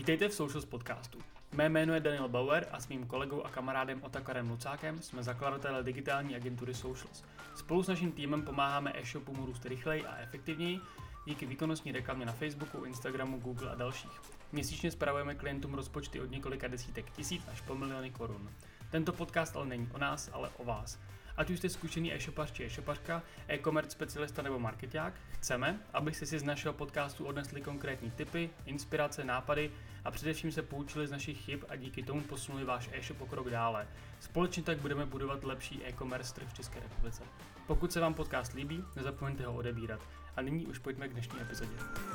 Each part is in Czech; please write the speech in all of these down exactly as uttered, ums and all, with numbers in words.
Vítejte v Socials podcastu. Mé jméno je Daniel Bauer a s mým kolegou a kamarádem Otakarem Lucákem jsme zakladatelé digitální agentury Socials. Spolu s naším týmem pomáháme e-shopům růst rychleji a efektivněji díky výkonnostní reklamě na Facebooku, Instagramu, Google a dalších. Měsíčně spravujeme klientům rozpočty od několika desítek tisíc až po miliony korun. Tento podcast ale není o nás, ale o vás. Ať už jste zkušený e-shopař či e-shopařka, e-commerce specialista nebo marketák, chceme, abyste si z našeho podcastu odnesli konkrétní tipy, inspirace, nápady a především se poučili z našich chyb a díky tomu posunuli váš e-shop o krok dále. Společně tak budeme budovat lepší e-commerce trh v České republice. Pokud se vám podcast líbí, nezapomeňte ho odebírat. A nyní už pojďme k dnešní epizodě.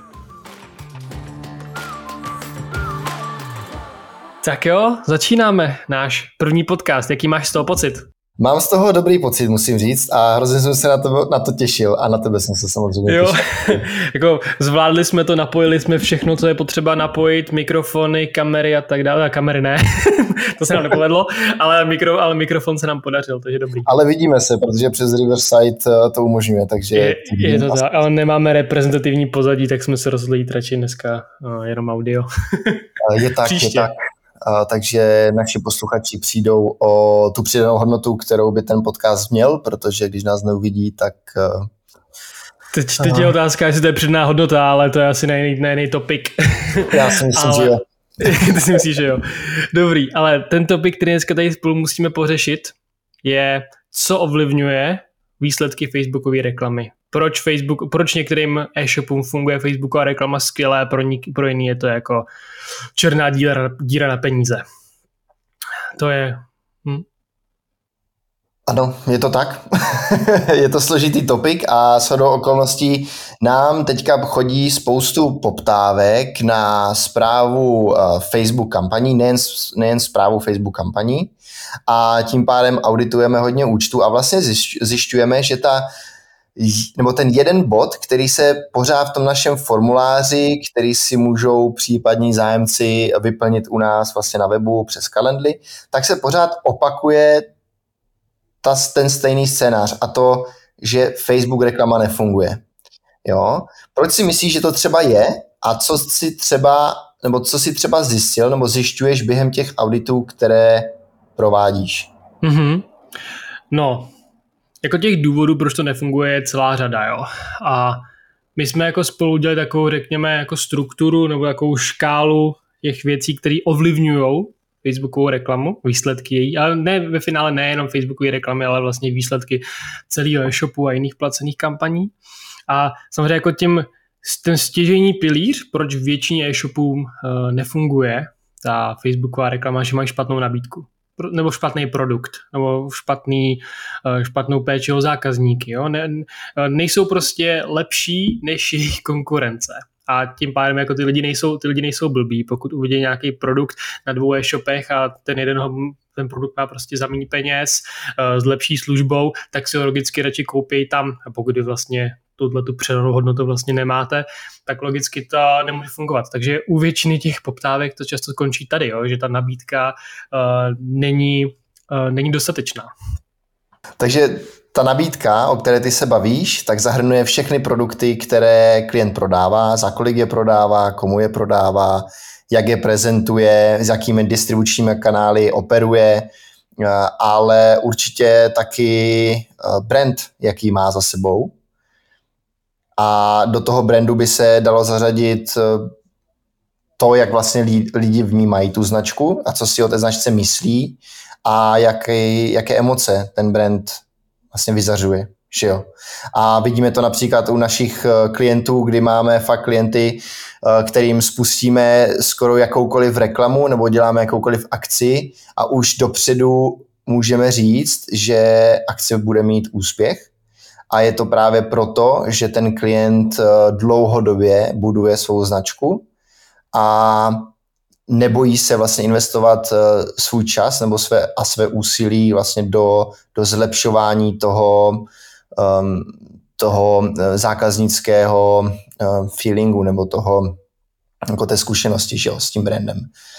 Tak jo, začínáme náš první podcast. Jaký máš z toho pocit? Mám z toho dobrý pocit, musím říct, a hrozně jsem se na to, na to těšil a na tebe jsem se samozřejmě jo. těšil. Jako zvládli jsme to, napojili jsme všechno, co je potřeba napojit, mikrofony, kamery a tak dále. A kamery ne, to se nám nepovedlo, ale, mikro, ale mikrofon se nám podařil, takže dobrý. Ale vidíme se, protože přes Riverside to umožňuje, takže... Je, je to tak, ale nemáme reprezentativní pozadí, tak jsme se rozhodli jít radši dneska no, jenom audio. Je tak, Příště. je tak. Uh, takže naši posluchači přijdou o tu přidanou hodnotu, kterou by ten podcast měl, protože když nás neuvidí, tak... Uh, teď, teď je otázka, jestli to je přidaná hodnota, ale to je asi na jiný, na jiný topik. Já si myslím, ale... že jo. Ty si myslíš, že jo. Dobrý, ale ten topik, který dneska tady spolu musíme pořešit, je, co ovlivňuje výsledky Facebookové reklamy. Proč Facebook, proč některým e-shopům funguje Facebooková reklama skvěle, pro, nik, pro jiný je to jako černá díra, díra na peníze. To je... Hm? Ano, je to tak. Je to složitý topik a shodou okolností nám teďka chodí spoustu poptávek na správu Facebook kampaní, nejen, nejen správu Facebook kampaní, a tím pádem auditujeme hodně účtů a vlastně zjišťujeme, že ta nebo ten jeden bod, který se pořád v tom našem formuláři, který si můžou případní zájemci vyplnit u nás vlastně na webu přes Calendly, tak se pořád opakuje ta, ten stejný scénář a to, že Facebook reklama nefunguje. Jo? Proč si myslíš, že to třeba je a co si třeba, nebo co si třeba zjistil nebo zjišťuješ během těch auditů, které provádíš? Mm-hmm. No, jako těch důvodů, proč to nefunguje, je celá řada, jo. A my jsme jako spolu udělali takovou, řekněme, jako strukturu nebo takovou škálu těch věcí, které ovlivňují Facebookovou reklamu, výsledky její, ale ne ve finále nejenom Facebookové reklamy, ale vlastně výsledky celého e-shopu a jiných placených kampaní. A samozřejmě jako tím, ten stěžejní pilíř, proč většině e-shopům uh, nefunguje ta Facebooková reklama, že mají špatnou nabídku. Nebo špatný produkt, nebo špatný, špatnou péči o zákazníky. Jo? Ne, nejsou prostě lepší než jejich konkurence. A tím pádem jako ty lidi nejsou, ty lidi nejsou blbí. Pokud uvidí nějaký produkt na dvou e-shopech a ten jeden ho, ten produkt má prostě za méně peněz, s lepší službou, tak si ho logicky radši koupí tam. A pokud je vlastně tu přidanou hodnotu vlastně nemáte, tak logicky to nemůže fungovat. Takže u většiny těch poptávek to často končí tady, jo? Že ta nabídka uh, není, uh, není dostatečná. Takže ta nabídka, o které ty se bavíš, tak zahrnuje všechny produkty, které klient prodává, za kolik je prodává, komu je prodává, jak je prezentuje, s jakými distribučními kanály operuje, uh, ale určitě taky uh, brand, jaký má za sebou. A do toho brandu by se dalo zařadit to, jak vlastně lidi vnímají tu značku a co si o té značce myslí a jaké, jaké emoce ten brand vlastně vyzařuje. Že jo? A vidíme to například u našich klientů, kdy máme fakt klienty, kterým spustíme skoro jakoukoliv reklamu nebo děláme jakoukoliv akci a už dopředu můžeme říct, že akce bude mít úspěch. A je to právě proto, že ten klient dlouhodobě buduje svou značku a nebojí se vlastně investovat svůj čas nebo své, a své úsilí vlastně do, do zlepšování toho, um, toho zákaznického um, feelingu nebo toho, jako té zkušenosti, že jo, s tím brandem.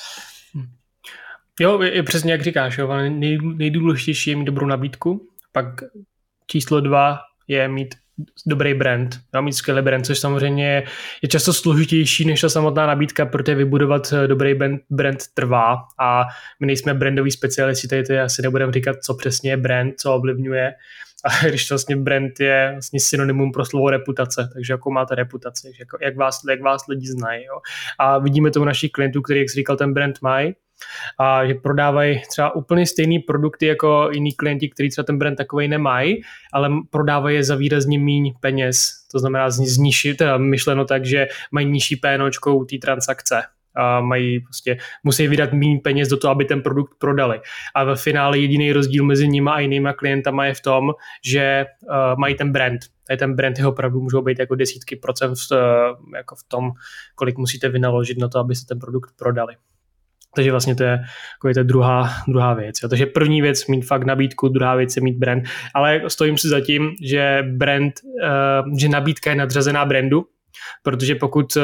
Jo, je, je přesně jak říkáš, jo, nej, nejdůležitější je mít dobrou nabídku, pak číslo dva je mít dobrý brand, jo, mít skvělý brand, což samozřejmě je často složitější než ta samotná nabídka, protože vybudovat dobrý brand, brand trvá a my nejsme brandoví specialisti, tady to asi nebudeme říkat, co přesně je brand, co ovlivňuje, a když to vlastně brand je vlastně synonymum pro slovo reputace, takže jakou máte reputaci, jako, jak, vás, jak vás lidi znají. Jo. A vidíme to u našich klientů, který, jak jsi říkal, ten brand mají, a že prodávají třeba úplně stejný produkty jako jiní klienti, kteří třeba ten brand takovej nemají, ale prodávají je za výrazně míň peněz. To znamená z nižší, teda myšleno tak, že mají nižší pénočko u té transakce. A mají prostě, musí vydat méně peněz do toho, aby ten produkt prodali. A ve finále jediný rozdíl mezi nimi a jinýma klientama je v tom, že uh, mají ten brand. A ten brand jeho opravdu můžou být jako desítky procent v, uh, jako v tom, kolik musíte vynaložit na to, abyste ten produkt prodali. Takže vlastně to je, jako je to druhá, druhá věc. Jo. Takže první věc mít fakt nabídku, druhá věc je mít brand. Ale stojím si za tím, že brand, uh, že nabídka je nadřazená brandu, protože pokud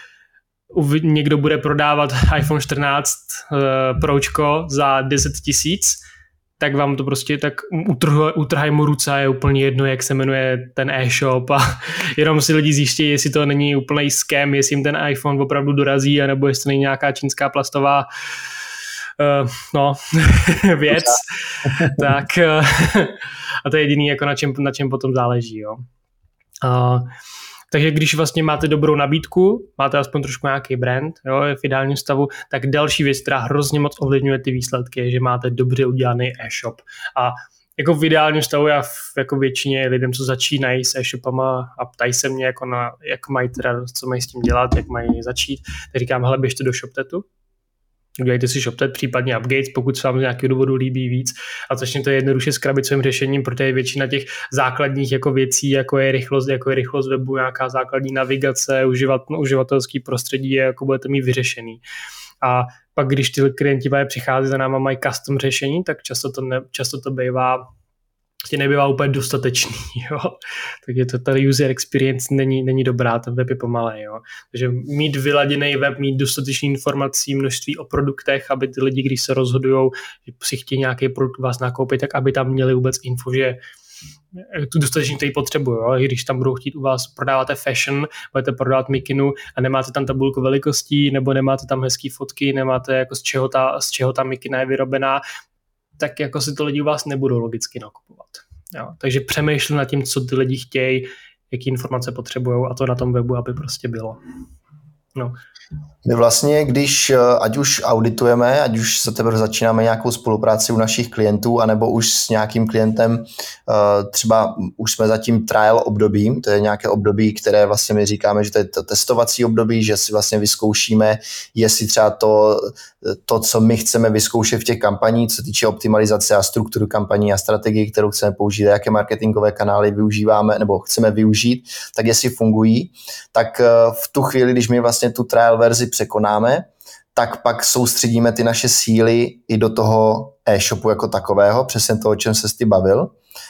uh, někdo bude prodávat iPhone čtrnáct uh, Pročko za deset tisíc, tak vám to prostě tak utrhají mu ruce a je úplně jedno, jak se jmenuje ten e-shop a jenom si lidi zjištějí, jestli to není úplný scam, jestli jim ten iPhone opravdu dorazí, anebo jestli to není nějaká čínská plastová uh, no, věc. Tak uh, a to je jediný, jako na čem, na čem potom záleží. Jo. Uh, Takže když vlastně máte dobrou nabídku, máte aspoň trošku nějaký brand, jo, je v ideálním stavu, tak další věc, která hrozně moc ovlivňuje ty výsledky, je, že máte dobře udělaný e-shop. A jako v ideálním stavu já v, jako většině lidem, co začínají s e-shopama a ptají se mě, jako na, jak mají teda, co mají s tím dělat, jak mají začít, tak říkám, hele, běžte do ShopTetu, udělejte si ShopTet, případně Upgates, pokud se vám z nějakého důvodu líbí víc a začněte jednoduše s krabicovým řešením, protože většina těch základních jako věcí, jako je rychlost, jako je rychlost webu, nějaká základní navigace, uživat, uživatelský prostředí, jako budete mít vyřešený. A pak, když ty klienti přichází za náma, mají custom řešení, tak často to, ne, často to bývá prostě nebývá úplně dostatečný, jo. Takže to, ta user experience není, není dobrá, ten web je pomalej, jo. Takže mít vyladěný web, mít dostatečné informací, množství o produktech, aby ty lidi, když se rozhodují, že si chtějí nějaký produkt vás nakoupit, tak aby tam měli vůbec info, že tu dostatečně tady potřebují, jo. Když tam budou chtít u vás prodáváte fashion, budete prodávat mikinu a nemáte tam tabulku velikostí, nebo nemáte tam hezký fotky, nemáte jako z čeho ta, z čeho ta mikina je vyrobená, tak jako si to lidi u vás nebudou logicky nakupovat. Jo. Takže přemýšlím nad tím, co ty lidi chtějí, jaký informace potřebují a to na tom webu, aby prostě bylo. No. My vlastně, když ať už auditujeme, ať už se teprve začínáme nějakou spolupráci u našich klientů, anebo už s nějakým klientem, třeba už jsme zatím trial obdobím, to je nějaké období, které vlastně my říkáme, že to je to testovací období, že si vlastně vyzkoušíme, jestli třeba to, to, co my chceme vyzkoušet v těch kampaních, co týče optimalizace a strukturu kampaní a strategii, kterou chceme použít, jaké marketingové kanály využíváme nebo chceme využít, tak jestli fungují, tak v tu chvíli, když my vlastně tu trial verzi překonáme, tak pak soustředíme ty naše síly i do toho e-shopu jako takového, přesně to, o čem se ty bavil,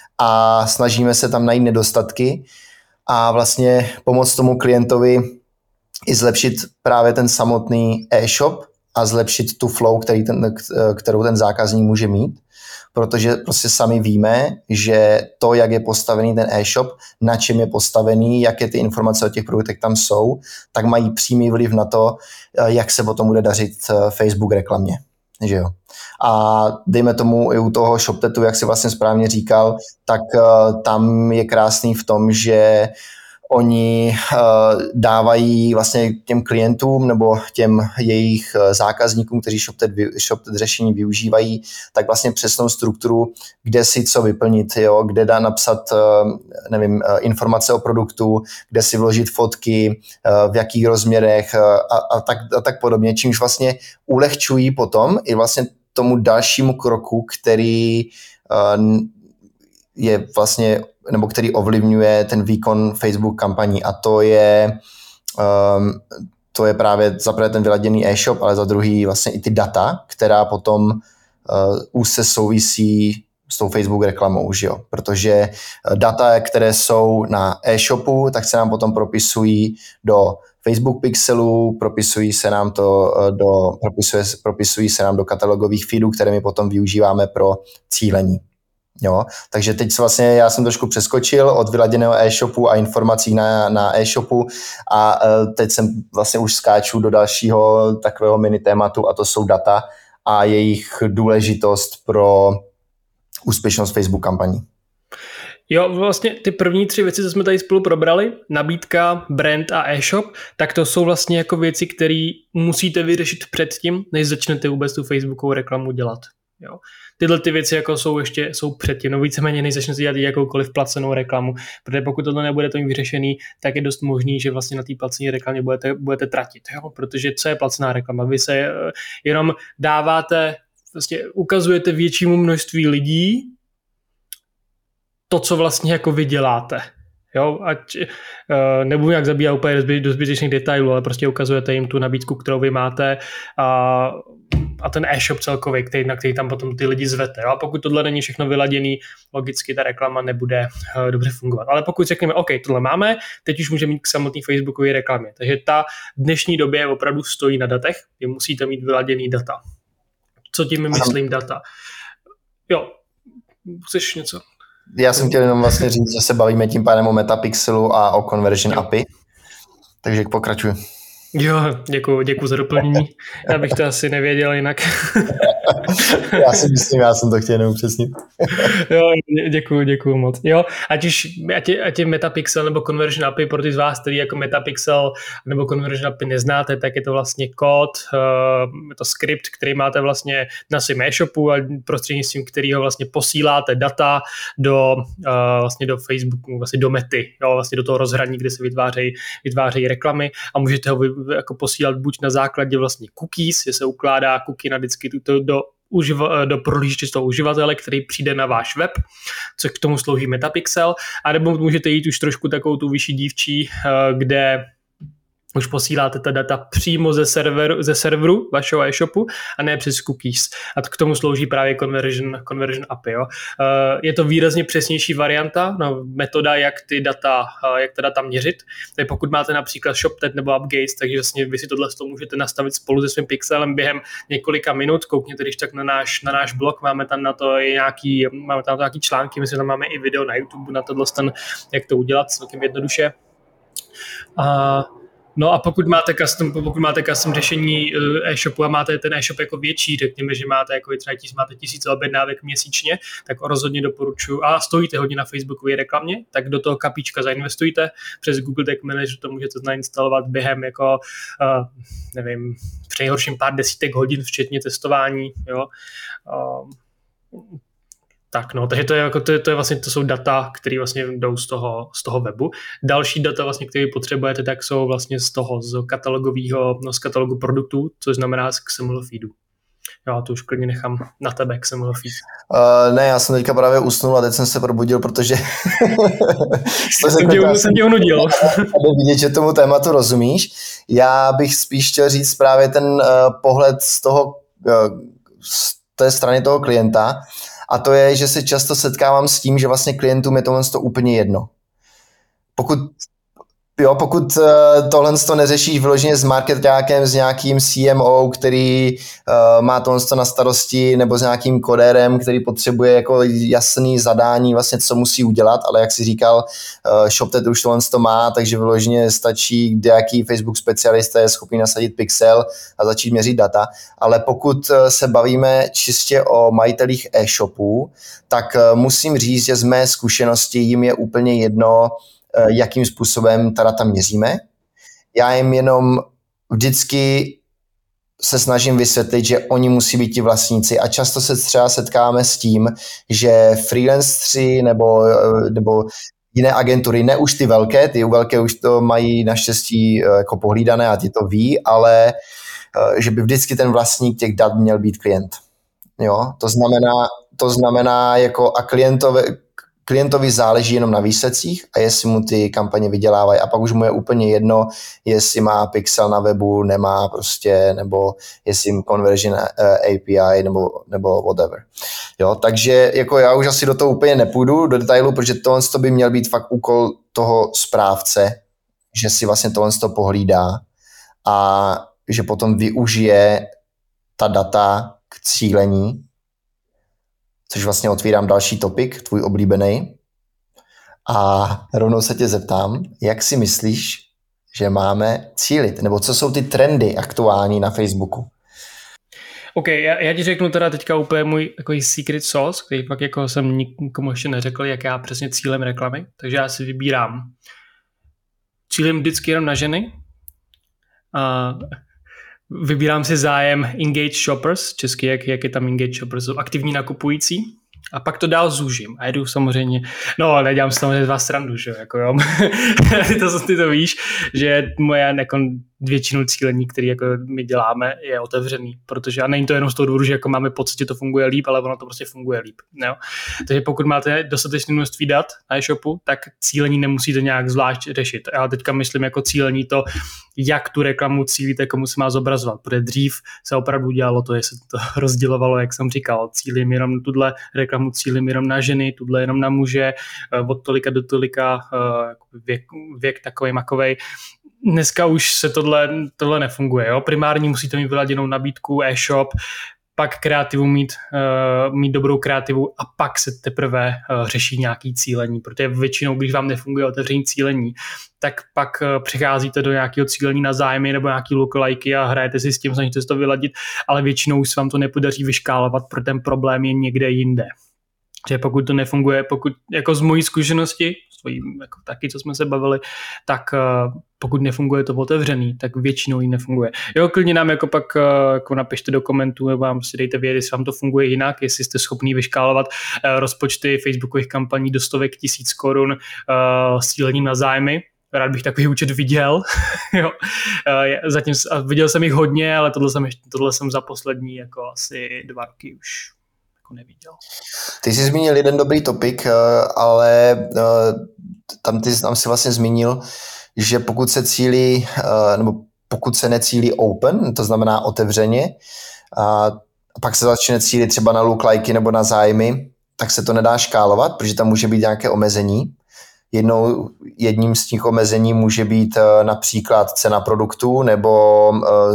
a snažíme se tam najít nedostatky a vlastně pomoct tomu klientovi i zlepšit právě ten samotný e-shop a zlepšit tu flow, který ten, kterou ten zákazník může mít, protože prostě sami víme, že to, jak je postavený ten e-shop, na čem je postavený, jaké ty informace o těch produktech tam jsou, tak mají přímý vliv na to, jak se potom bude dařit Facebook reklamě. Že jo? A dejme tomu i u toho ShopTetu, jak si vlastně správně říkal, tak tam je krásný v tom, že oni uh, dávají vlastně těm klientům nebo těm jejich zákazníkům, kteří ShopTet, ShopTet řešení využívají, tak vlastně přesnou strukturu, kde si co vyplnit, jo? Kde dá napsat uh, nevím, uh, informace o produktu, kde si vložit fotky, uh, v jakých rozměrech uh, a, a, tak, a tak podobně, čímž vlastně ulehčují potom i vlastně tomu dalšímu kroku, který uh, je vlastně, nebo který ovlivňuje ten výkon Facebook kampaní, a to je, um, to je právě za prvé ten vyladěný e-shop, ale za druhý vlastně i ty data, která potom uh, úzce souvisí s tou Facebook reklamou, že jo? Protože data, které jsou na e-shopu, tak se nám potom propisují do Facebook pixelů, propisují se nám to do, propisuje, propisují se nám do katalogových feedů, které my potom využíváme pro cílení. Jo, takže teď vlastně já jsem trošku přeskočil od vyladěného e-shopu a informací na, na e-shopu a teď jsem vlastně už skáču do dalšího takového mini tématu a to jsou data a jejich důležitost pro úspěšnost Facebook kampaní. Jo, vlastně ty první tři věci, co jsme tady spolu probrali, nabídka, brand a e-shop, tak to jsou vlastně jako věci, které musíte vyřešit předtím, než začnete vůbec tu Facebookovou reklamu dělat. Jo. Tyhle ty věci jako jsou ještě jsou předtím, no víceméně než začnete dělat jakoukoliv placenou reklamu, protože pokud tohle nebudete mít vyřešený, tak je dost možný, že vlastně na té placené reklamě budete, budete tratit, jo. Protože co je placená reklama? Vy se uh, jenom dáváte, vlastně ukazujete většímu množství lidí to, co vlastně jako vy děláte. Jo, ať uh, nebudu nějak zabíjat úplně do zbytečných detailů, ale prostě ukazujete jim tu nabídku, kterou vy máte a, a ten e-shop celkový, který, na který tam potom ty lidi zvete. Jo? A pokud tohle není všechno vyladěný, logicky ta reklama nebude uh, dobře fungovat. Ale pokud řekneme, OK, tohle máme, teď už můžeme mít k samotné Facebookové reklamě. Takže ta v dnešní době opravdu stojí na datech, vy musíte mít vyladěný data. Co tím myslím data? Jo, chceš něco? Já jsem chtěl jenom vlastně říct, že se bavíme tím pádem o Metapixelu a o Conversion A P I, takže pokračuji. Jo, děkuji, děkuji za doplnění. Já bych to asi nevěděl jinak. Já si myslím, já jsem to chtěl jenom upřesnit. Jo, děkuji, děkuji moc. Jo, ať už ať je, ať je Metapixel nebo Conversion A P I, pro ty z vás, který jako Metapixel nebo Conversion A P I neznáte, tak je to vlastně kód, je to skript, který máte vlastně na svém e-shopu a prostřednictvím kterého vlastně posíláte data do, vlastně do Facebooku, vlastně do Mety, jo, vlastně do toho rozhraní, kde se vytvářejí, vytvářejí reklamy a můžete ho jako posílat buď na základě vlastně cookies, že se ukládá cookie na vždycky do, do, uživa, do prohlížeče toho uživatele, který přijde na váš web, co k tomu slouží Metapixel, anebo můžete jít už trošku takovou tu vyšší dívčí, kde už posíláte ta data přímo ze serveru, ze serveru vašeho e-shopu a ne přes cookies. A k tomu slouží právě Conversion, Conversion A P I. Jo. Je to výrazně přesnější varianta, no, metoda, jak ty data, jak ta data měřit. Takže pokud máte například ShopTet nebo UpGates, takže vlastně vy si tohle můžete nastavit spolu se svým pixelem během několika minut. Koukněte když tak na náš, na náš blog, máme tam na to i nějaký, máme tam na to nějaký články, myslím, že tam máme i video na YouTube na tohle, jak to udělat celkem jednoduše. A No a pokud máte custom, pokud máte custom řešení e-shopu a máte ten e-shop jako větší, řekněme, že máte jako máte tisíc objednávek měsíčně, tak rozhodně doporučuji a stojíte hodně na Facebookové reklamě, tak do toho kapíčka zainvestujte. Přes Google Tag Manager to můžete nainstalovat během jako, uh, nevím, při nejhorším pár desítek hodin, včetně testování, jo. Uh, Tak no, takže to je, jako, to je, to je vlastně, to jsou data, které vlastně jdou z toho, z toho webu. Další data, vlastně, které potřebujete, tak jsou vlastně z toho, z katalogového, no z katalogu produktů, což znamená z X M L feedu. Já to už klidně nechám na tebe, X M L feed. Uh, ne, já jsem teďka právě usnul a teď jsem se probudil, protože jsem tě, jsem tě unudil. Vidět, že tomu tématu rozumíš. Já bych spíš chtěl říct právě ten uh, pohled z toho, uh, z té strany toho klienta, a to je, že se často setkávám s tím, že vlastně klientům je tohle to úplně jedno. Pokud, jo, pokud tohle to neřešíš vyloženě s marketákem, s nějakým C M O, který uh, má tohle to na starosti, nebo s nějakým kodérem, který potřebuje jako jasný zadání, vlastně co musí udělat, ale jak si říkal, uh, ShopTet už tohle to má, takže vyloženě stačí, kdejaký Facebook specialista je schopný nasadit pixel a začít měřit data, ale pokud se bavíme čistě o majitelích e-shopů, tak uh, musím říct, že z mé zkušenosti jim je úplně jedno, jakým způsobem ta data měříme. Já jim jenom vždycky se snažím vysvětlit, že oni musí být ti vlastníci a často se třeba setkáme s tím, že freelanceri nebo, nebo jiné agentury, ne už ty velké, ty velké už to mají naštěstí jako pohlídané a ty to ví, ale že by vždycky ten vlastník těch dat měl být klient. Jo? To znamená, to znamená jako a klientové klientovi záleží jenom na výsledcích a jestli mu ty kampaně vydělávají a pak už mu je úplně jedno, jestli má pixel na webu, nemá prostě, nebo jestli jim conversion A P I nebo, nebo whatever. Jo, takže jako já už asi do toho úplně nepůjdu, do detailu, protože tohle by měl být fakt úkol toho správce, že si vlastně tohle pohlídá a že potom využije ta data k cílení což vlastně otvírám další topik, tvůj oblíbený. A rovnou se tě zeptám, jak si myslíš, že máme cílit, nebo co jsou ty trendy aktuální na Facebooku? OK, já, já ti řeknu teda teďka úplně můj takový secret sauce, který pak jako jsem nikomu ještě neřekl, jak já přesně cílem reklamy, takže já si vybírám cílem vždycky jenom na ženy, a vybírám si zájem engaged shoppers, česky jak, jak je tam engaged shoppers, jsou aktivní nakupující, a pak to dál zúžím a jedu samozřejmě, no nedělám si samozřejmě dva srandu, že jako jo, ty, to, ty to víš, že moje jako většinu cílení, který jako my děláme, je otevřený, protože a není to jenom z toho důvodu, že jako máme pocit, že to funguje líp, ale ono to prostě funguje líp, jo. Takže pokud máte dostatečné množství dat na e-shopu, tak cílení nemusíte nějak zvlášť řešit. Já teďka myslím jako cílení to, jak tu reklamu cílíte, komu se má zobrazovat, protože dřív se opravdu dělalo to, jestli to rozdělovalo, jak jsem říkal, cílím jenom tuhle reklamu, cílím jenom na ženy, tuhle jenom na muže, od tolika do tolika, věk, věk takovej makovej. Dneska už se tohle, tohle nefunguje. Jo? Primárně musíte mít vyladěnou nabídku, e-shop, pak kreativu mít, uh, mít dobrou kreativu a pak se teprve uh, řeší nějaký cílení, protože většinou, když vám nefunguje otevření cílení, tak pak uh, přicházíte do nějakého cílení na zájmy nebo nějaký lookalike a hrajete si s tím, snažíte se to vyladit, ale většinou už se vám to nepodaří vyškálovat, protože ten problém je někde jinde. Že pokud to nefunguje, pokud jako z mojí zkušenosti, svojí, jako taky, co jsme se bavili, tak uh, pokud nefunguje to otevřený, tak většinou jí nefunguje. Jo, klidně nám jako pak uh, jako napište do komentů, nebo vám si dejte vědět, jestli vám to funguje jinak, jestli jste schopný vyškálovat uh, rozpočty facebookových kampaní do stovek tisíc korun uh, s cílením na zájmy. Rád bych takový účet viděl. jo. Uh, zatím viděl jsem jich hodně, ale tohle jsem, tohle jsem za poslední jako asi dva roky už neviděl. Ty jsi zmínil jeden dobrý topik, ale tam ty tam si vlastně zmínil, že pokud se cílí, nebo pokud se necílí open, to znamená otevřeně, a pak se začne cílit třeba na lookalike nebo na zájmy, tak se to nedá škálovat, protože tam může být nějaké omezení. Jednou, jedním z těch omezení může být například cena produktu nebo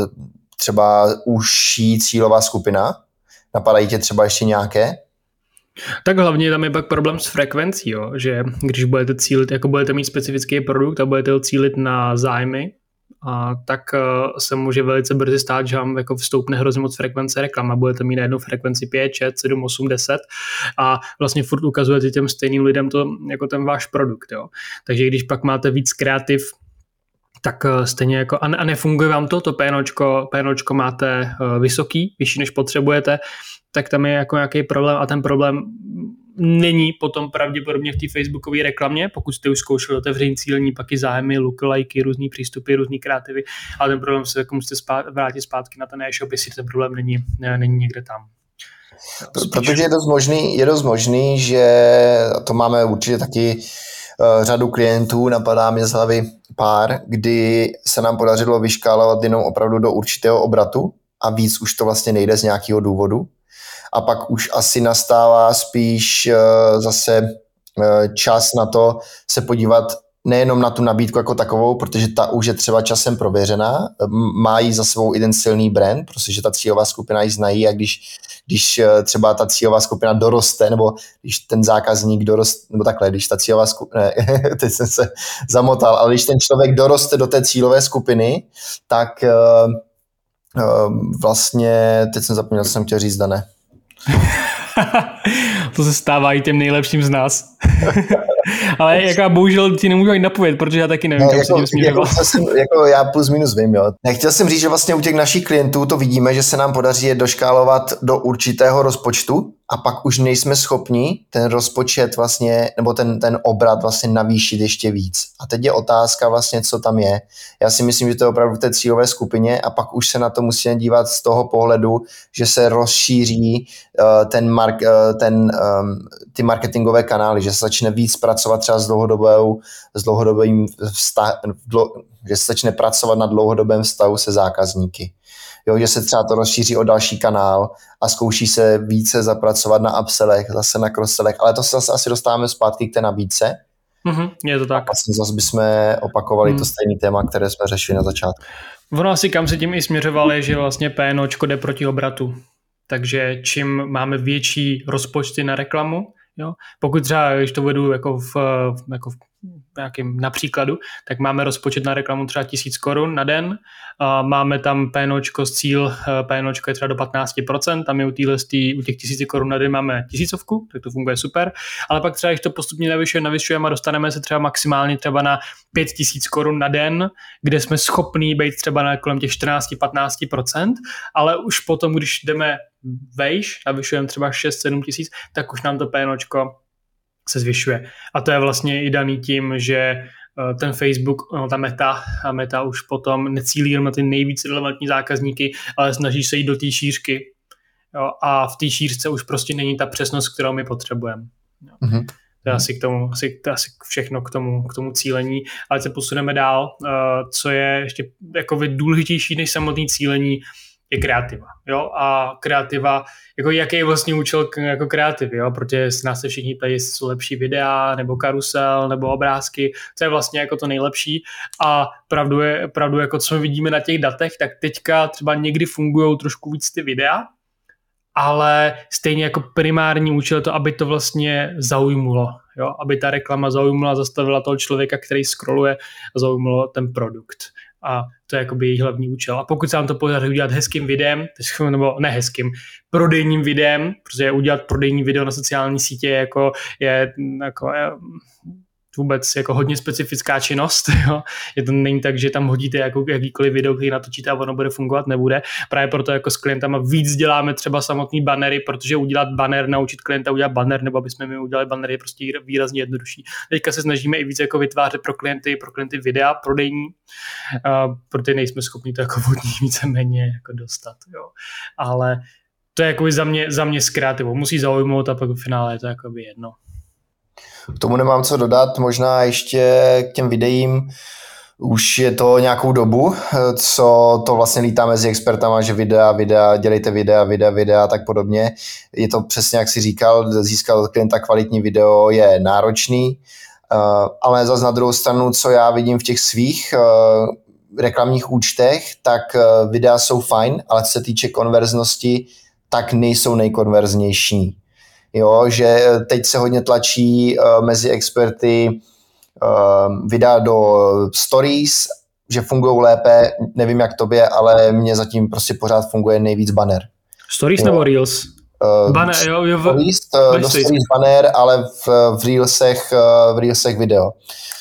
třeba užší cílová skupina. Napadají tě třeba ještě nějaké? Tak hlavně tam je pak problém s frekvencí, jo? Že když budete cílit, jako budete mít specifický produkt a budete ho cílit na zájmy, a tak uh, se může velice brzy stát, že vám jako vstoupne hrozně moc frekvence reklam a budete mít najednou frekvenci pět, šest, sedm, osm, deset a vlastně furt ukazujete těm stejným lidem to jako ten váš produkt. Jo? Takže když pak máte víc kreativ, tak stejně jako, a nefunguje vám to, to PNOčko, PNOčko máte vysoký, vyšší než potřebujete, tak tam je jako nějaký problém a ten problém není potom pravděpodobně v té facebookové reklamě, pokud jste už zkoušeli otevření cílení, pak i zájmy, lookalike, různý přístupy, různý kreativy, ale ten problém se jako musíte spát, vrátit zpátky na ten e-shop, jestli ten problém není, není někde tam. Spíš. Protože je dost možný, je dost možný, že to máme určitě taky uh, řadu klientů, napadá mě z hlavy pár, kdy se nám podařilo vyškálovat jenom opravdu do určitého obratu a víc už to vlastně nejde z nějakého důvodu. A pak už asi nastává spíš uh, zase uh, čas na to se podívat nejenom na tu nabídku jako takovou, protože ta už je třeba časem prověřená, má jí za svou jeden silný brand, protože ta cílová skupina ji znají a když, když třeba ta cílová skupina doroste, nebo když ten zákazník doroste, nebo takhle, když ta cílová skupina, ne, teď jsem se zamotal, ale když ten člověk doroste do té cílové skupiny, tak uh, uh, vlastně, teď jsem zapomněl, co jsem chtěl říct, Dané. To se stává i těm nejlepším z nás. Ale jako bohužel ti nemůžu ani napovědět, protože já taky nevím, no, kam jako, se tím směřoval. Jako, jako já plus minus vím, jo. Nechtěl jsem říct, že vlastně u těch našich klientů to vidíme, že se nám podaří je doškálovat do určitého rozpočtu a pak už nejsme schopni ten rozpočet vlastně, nebo ten, ten obrat vlastně navýšit ještě víc. A teď je otázka vlastně, co tam je. Já si myslím, že to je opravdu v té cílové skupině a pak už se na to musíme dívat z toho pohledu, že se rozšíří uh, ten, mark, uh, ten, um, ty marketingové kanály, že se začne víc pracovat třeba s dlouhodobou, s dlouhodobým vztah, dlo, že se začne pracovat na dlouhodobém vztahu se zákazníky. Jo, že se třeba to rozšíří o další kanál a zkouší se více zapracovat na upsellech, zase na crosssellech, ale to se zase asi dostáváme zpátky k té nabídce. Mm-hmm, je to tak. A vlastně zase bychom opakovali mm. to stejné téma, které jsme řešili na začátku. Ono asi kam se tím i směřovali, že vlastně PNOčko jde proti obratu. takže čím máme větší rozpočty na reklamu, jo, pokud třeba, když to vedu jako v, jako v nějakým napříkladu, tak máme rozpočet na reklamu třeba tisíc korun na den, a máme tam PNOčko z cíl, PNOčko je třeba do patnáct procent, tam je u, týhlestý, u těch tisíci korun na den máme tisícovku, tak to funguje super, ale pak třeba, když to postupně navyšujeme, navyšujeme a dostaneme se třeba maximálně třeba na pět tisíc korun na den, kde jsme schopní být třeba na kolem těch čtrnáct až patnáct procent, ale už potom, když jdeme vejš, navyšujeme třeba šest sedm tisíc, tak už nám to PNOčko se zvyšuje. A to je vlastně i daný tím, že ten Facebook, no, ta meta, a meta už potom necílí jenom na ty nejvíc relevantní zákazníky, ale snaží se jít do té šířky. Jo, a v té šířce už prostě není ta přesnost, kterou my potřebujeme. Mm-hmm. To je asi, k tomu, asi, to je asi všechno k tomu, k tomu cílení. Ale se posuneme dál. Co je ještě jako důležitější než samotné cílení, je kreativa. Jo? A kreativa, jako jaký je vlastně účel jako kreativy, jo? Protože s nás se všichni ptají, jestli jsou lepší videa, nebo karusel, nebo obrázky, co je vlastně jako to nejlepší. A pravdu je, pravdu jako co my vidíme na těch datech, tak teďka třeba někdy fungují trošku víc ty videa, ale stejně jako primární účel je to, aby to vlastně zaujmulo. Jo? Aby ta reklama zaujmula, zastavila toho člověka, který scrolluje a zaujmulo ten produkt. A to je jakoby její hlavní účel. A pokud se vám to podaří udělat hezkým videem, nebo ne hezkým, prodejním videem, protože udělat prodejní video na sociální sítě jako je jako je, vůbec jako hodně specifická činnost. Jo? Je to není tak, že tam hodíte jako jakýkoliv video, který natočíte a ono bude fungovat, nebude. Právě proto jako s klientama víc děláme třeba samotný bannery, protože udělat banner, naučit klienta udělat banner, nebo aby jsme mi udělali banner, je prostě výrazně jednodušší. Teďka se snažíme i víc jako vytvářet pro klienty, pro klienty videa prodejní, uh, protože nejsme schopni to jako vodní víceméně jako dostat. Jo? Ale to je jako za mě, za mě s kreativou. Musí zaujmout a pak v finále je to jako jedno. K tomu nemám co dodat, možná ještě k těm videím. Už je to nějakou dobu, co to vlastně lítá mezi expertama, že videa, videa, dělejte videa, videa, videa a tak podobně. Je to přesně, jak jsi říkal, získat od klienta kvalitní video je náročný, ale zase na druhou stranu, co já vidím v těch svých reklamních účtech, tak videa jsou fajn, ale co se týče konverznosti, tak nejsou nejkonverznější. Jo, že teď se hodně tlačí uh, mezi experty uh, videa do stories, že fungují lépe, nevím jak tobě, ale mně zatím prostě pořád funguje nejvíc banner. Stories jo. Nebo Reels? Uh, banner, jo, jo, v... stories, uh, do stories banner, ale v, v, Reelsech, uh, v Reelsech video.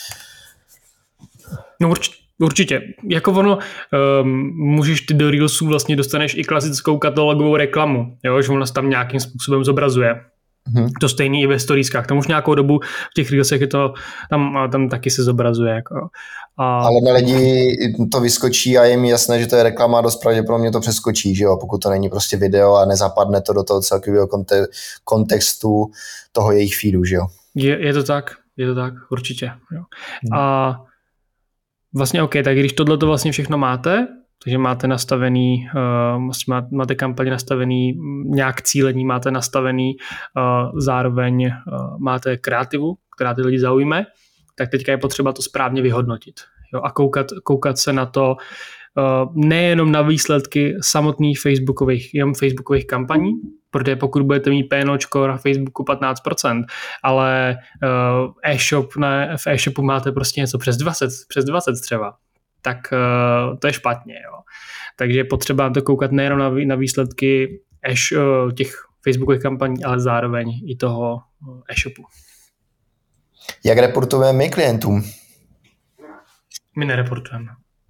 No určitě. Určitě. Jako ono, um, můžeš ty do Reelsů vlastně dostaneš i klasickou katalogovou reklamu, jo, že ona se tam nějakým způsobem zobrazuje. Hmm. To stejný i ve storieskách. Tam už nějakou dobu v těch Reelsech je to, tam, tam taky se zobrazuje. Jako. A... Ale na lidi to vyskočí a je mi jasné, že to je reklama, dost pravděpodobně to přeskočí, že jo, pokud to není prostě video a nezapadne to do toho celkového konte- kontextu toho jejich feedu, že jo. Je, je to tak, je to tak, určitě. Jo. Hmm. A vlastně OK, tak když tohle to vlastně všechno máte, takže máte nastavený, uh, máte kampaně nastavený, nějak cílení máte nastavený, uh, zároveň uh, máte kreativu, která ty lidi zaujme, tak teďka je potřeba to správně vyhodnotit. Jo, a koukat, koukat se na to uh, nejenom na výsledky samotných facebookových, jenom facebookových kampaní, protože pokud budete mít PNOčko na Facebooku patnáct procent, ale uh, e-shop na, v e-shopu máte prostě něco přes dvacet, přes dvacet třeba, tak uh, to je špatně. Jo. Takže je potřeba to koukat nejen na, na výsledky eš, uh, těch facebookových kampaní, ale zároveň i toho uh, e-shopu. Jak reportujeme my klientům? My nereportujeme.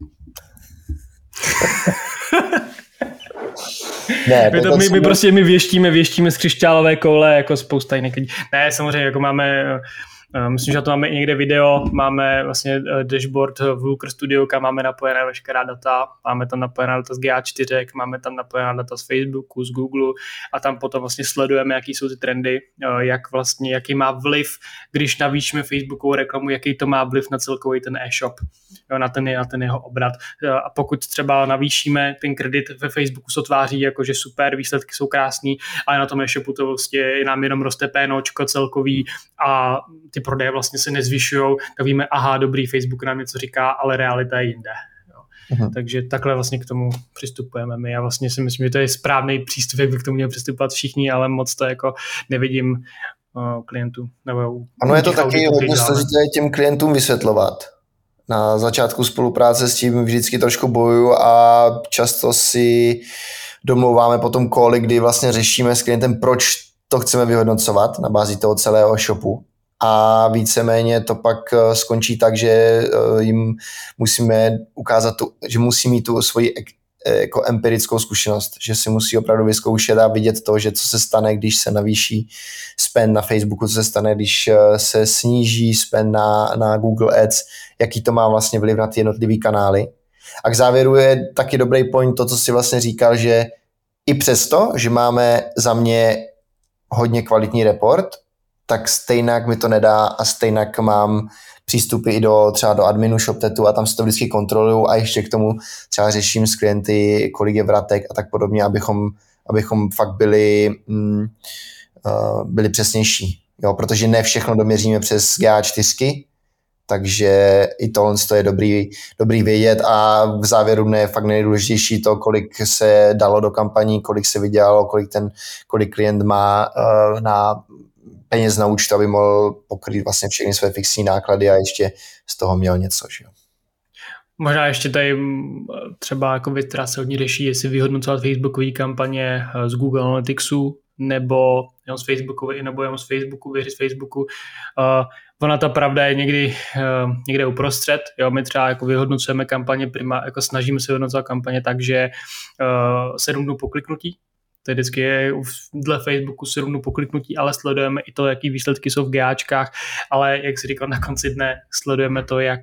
Ne, my, to, my, my prostě my věštíme, věštíme z křišťálové koule jako spousta jiných lidí. Ne, samozřejmě jako máme... Myslím, že to máme i někde video, máme vlastně dashboard v Looker Studio, kam máme napojené veškerá data, máme tam napojená data z G A čtyři, máme tam napojená data z Facebooku, z Google a tam potom vlastně sledujeme, jaký jsou ty trendy, jak vlastně, jaký má vliv, když navýšíme Facebookovou reklamu, jaký to má vliv na celkový ten e-shop, na ten, na ten jeho obrat. A pokud třeba navýšíme ten kredit ve Facebooku, se tváří jako, že super, výsledky jsou krásný, ale na tom e-shopu to vlastně nám jenom roste PNOčko celkový a ty prodeje vlastně se nezvyšujou, tak víme, aha, dobrý, Facebook nám něco říká, ale realita je jinde. Jo. Uh-huh. Takže takhle vlastně k tomu přistupujeme my. Já vlastně si myslím, že to je správný přístup, jak by k tomu měli přistupovat všichni, ale moc to jako nevidím uh, klientů. Nebo ano, je to taky hodně složité těm klientům vysvětlovat. Na začátku spolupráce s tím vždycky trošku bojuju a často si domlouváme potom kolik, kdy vlastně řešíme s klientem, proč to chceme vyhodnocovat na bázi toho celého shopu. A víceméně to pak skončí tak, že jim musíme ukázat, tu, že musí mít tu svoji jako empirickou zkušenost, že si musí opravdu vyzkoušet a vidět to, že co se stane, když se navýší spend na Facebooku, co se stane, když se sníží spend na, na Google Ads, jaký to má vlastně vliv na ty jednotlivý kanály. A k závěru je taky dobrý point to, co si vlastně říkal, že i přesto, že máme za mě hodně kvalitní report, tak stejnak mi to nedá a stejnak mám přístupy i do třeba do adminu ShopTetu a tam si to vždycky kontroluju a ještě k tomu třeba řeším s klienty, kolik je vratek a tak podobně, abychom, abychom fakt byli, mm, uh, byli přesnější. Jo, protože ne všechno doměříme přes G A čtyři, takže i tohle je dobrý, dobrý vědět a v závěru dne je fakt nejdůležitější to, kolik se dalo do kampaní, kolik se vydělalo, kolik, ten, kolik klient má uh, na peněz na účtu, aby mohl pokrýt vlastně všechny své fixní náklady a ještě z toho měl něco. Že? Možná ještě tady třeba jako věc, která se hodně řeší, jestli vyhodnocovat Facebookové kampaně z Google Analyticsu nebo jenom z Facebooku, nebo jenom z Facebooku, věřit Facebooku. Uh, ona ta pravda je někdy uh, někde uprostřed. Jo, my třeba jako vyhodnocujeme kampaně, prima, jako snažíme se vyhodnocovat kampaně tak, že uh, sedm dnů po kliknutí. To je vždycky je dle Facebooku sedm dnů po kliknutí, ale sledujeme i to, jaký výsledky jsou v GAčkách, ale jak si říkal, na konci dne sledujeme to, jak,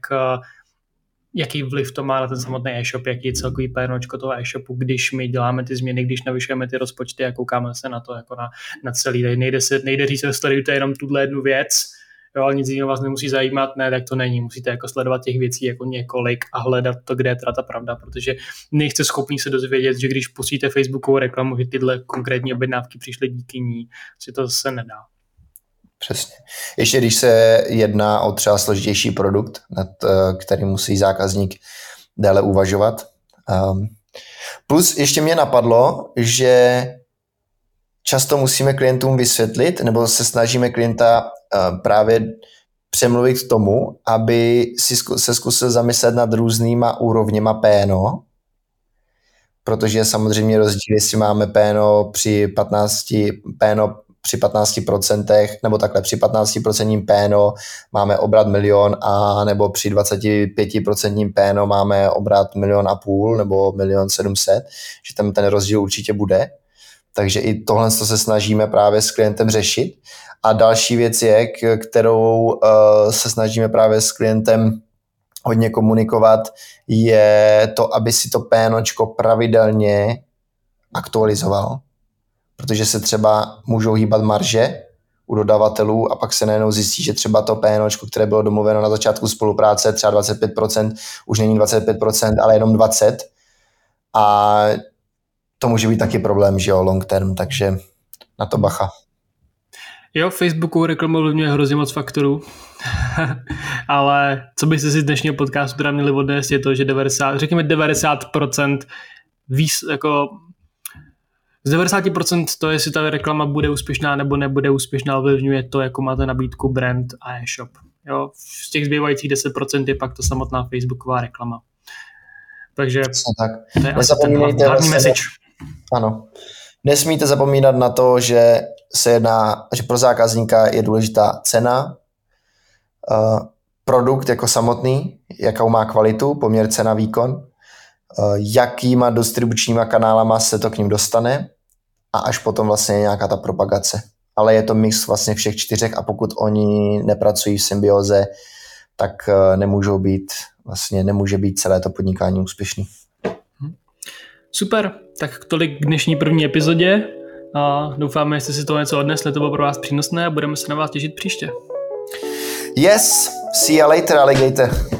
jaký vliv to má na ten samotný e-shop, jaký je celkový PNOčko toho e-shopu, když my děláme ty změny, když navyšujeme ty rozpočty a koukáme se na to jako na, na celý. Tady nejde, se, nejde říct, že sledujete jenom tuhle jednu věc, jo, ale nic jiného vás nemusí zajímat, ne, tak to není. Musíte jako sledovat těch věcí jako několik a hledat to, kde je teda ta pravda, protože nejste schopni se dozvědět, že když pustíte Facebookovou reklamu, že tyhle konkrétní objednávky přišly díky ní, si to zase nedá. Přesně. Ještě když se jedná o třeba složitější produkt, nad kterým musí zákazník déle uvažovat. Um, plus ještě mě napadlo, že často musíme klientům vysvětlit, nebo se snažíme klienta uh, právě přemluvit k tomu, aby si zku, se zkusil zamyslet nad různýma úrovněma P N O, protože samozřejmě rozdíl, jestli máme P N O při patnácti P N O při patnácti procentech, nebo takhle při patnácti procentním P N O máme obrat milion a nebo při dvaceti pěti procentním P N O máme obrat milion a půl nebo milion sedm set, že tam ten rozdíl určitě bude. Takže i tohle se snažíme právě s klientem řešit. A další věc je, kterou uh, se snažíme právě s klientem hodně komunikovat, je to, aby si to PNOčko pravidelně aktualizoval. Protože se třeba můžou hýbat marže u dodavatelů a pak se najednou zjistí, že třeba to PNOčko, které bylo domluveno na začátku spolupráce, třeba dvacet pět procent, už není dvacet pět procent, ale jenom dvacet procent. A to může být taky problém, že jo, long term, takže na to bacha. Jo, Facebooku reklamu ovlivňuje hrozně moc faktorů, ale co byste si z dnešního podcastu teda měli odnést, je to, že devadesát, řekněme devadesát procent výs, jako z devadesát procent to, jestli ta reklama bude úspěšná nebo nebude úspěšná, ovlivňuje to, jako máte nabídku brand a e-shop. Jo, z těch zbývajících deset procent je pak to samotná Facebooková reklama. Takže tak. to je asi ten hlavní message. Ano. Nesmíte zapomínat na to, že se jedná, že pro zákazníka je důležitá cena, uh, produkt jako samotný, jakou má kvalitu, poměr cena výkon, uh, jakýma distribučníma kanálama se to k ním dostane a až potom vlastně nějaká ta propagace. Ale je to mix vlastně všech čtyřech a pokud oni nepracují v symbioze, tak uh, nemůžou být, vlastně nemůže být celé to podnikání úspěšný. Super, tak tolik k dnešní první epizodě a doufáme, že jste si toho něco odnesli, to bylo pro vás přínosné a budeme se na vás těšit příště. Yes, see you later, alligator.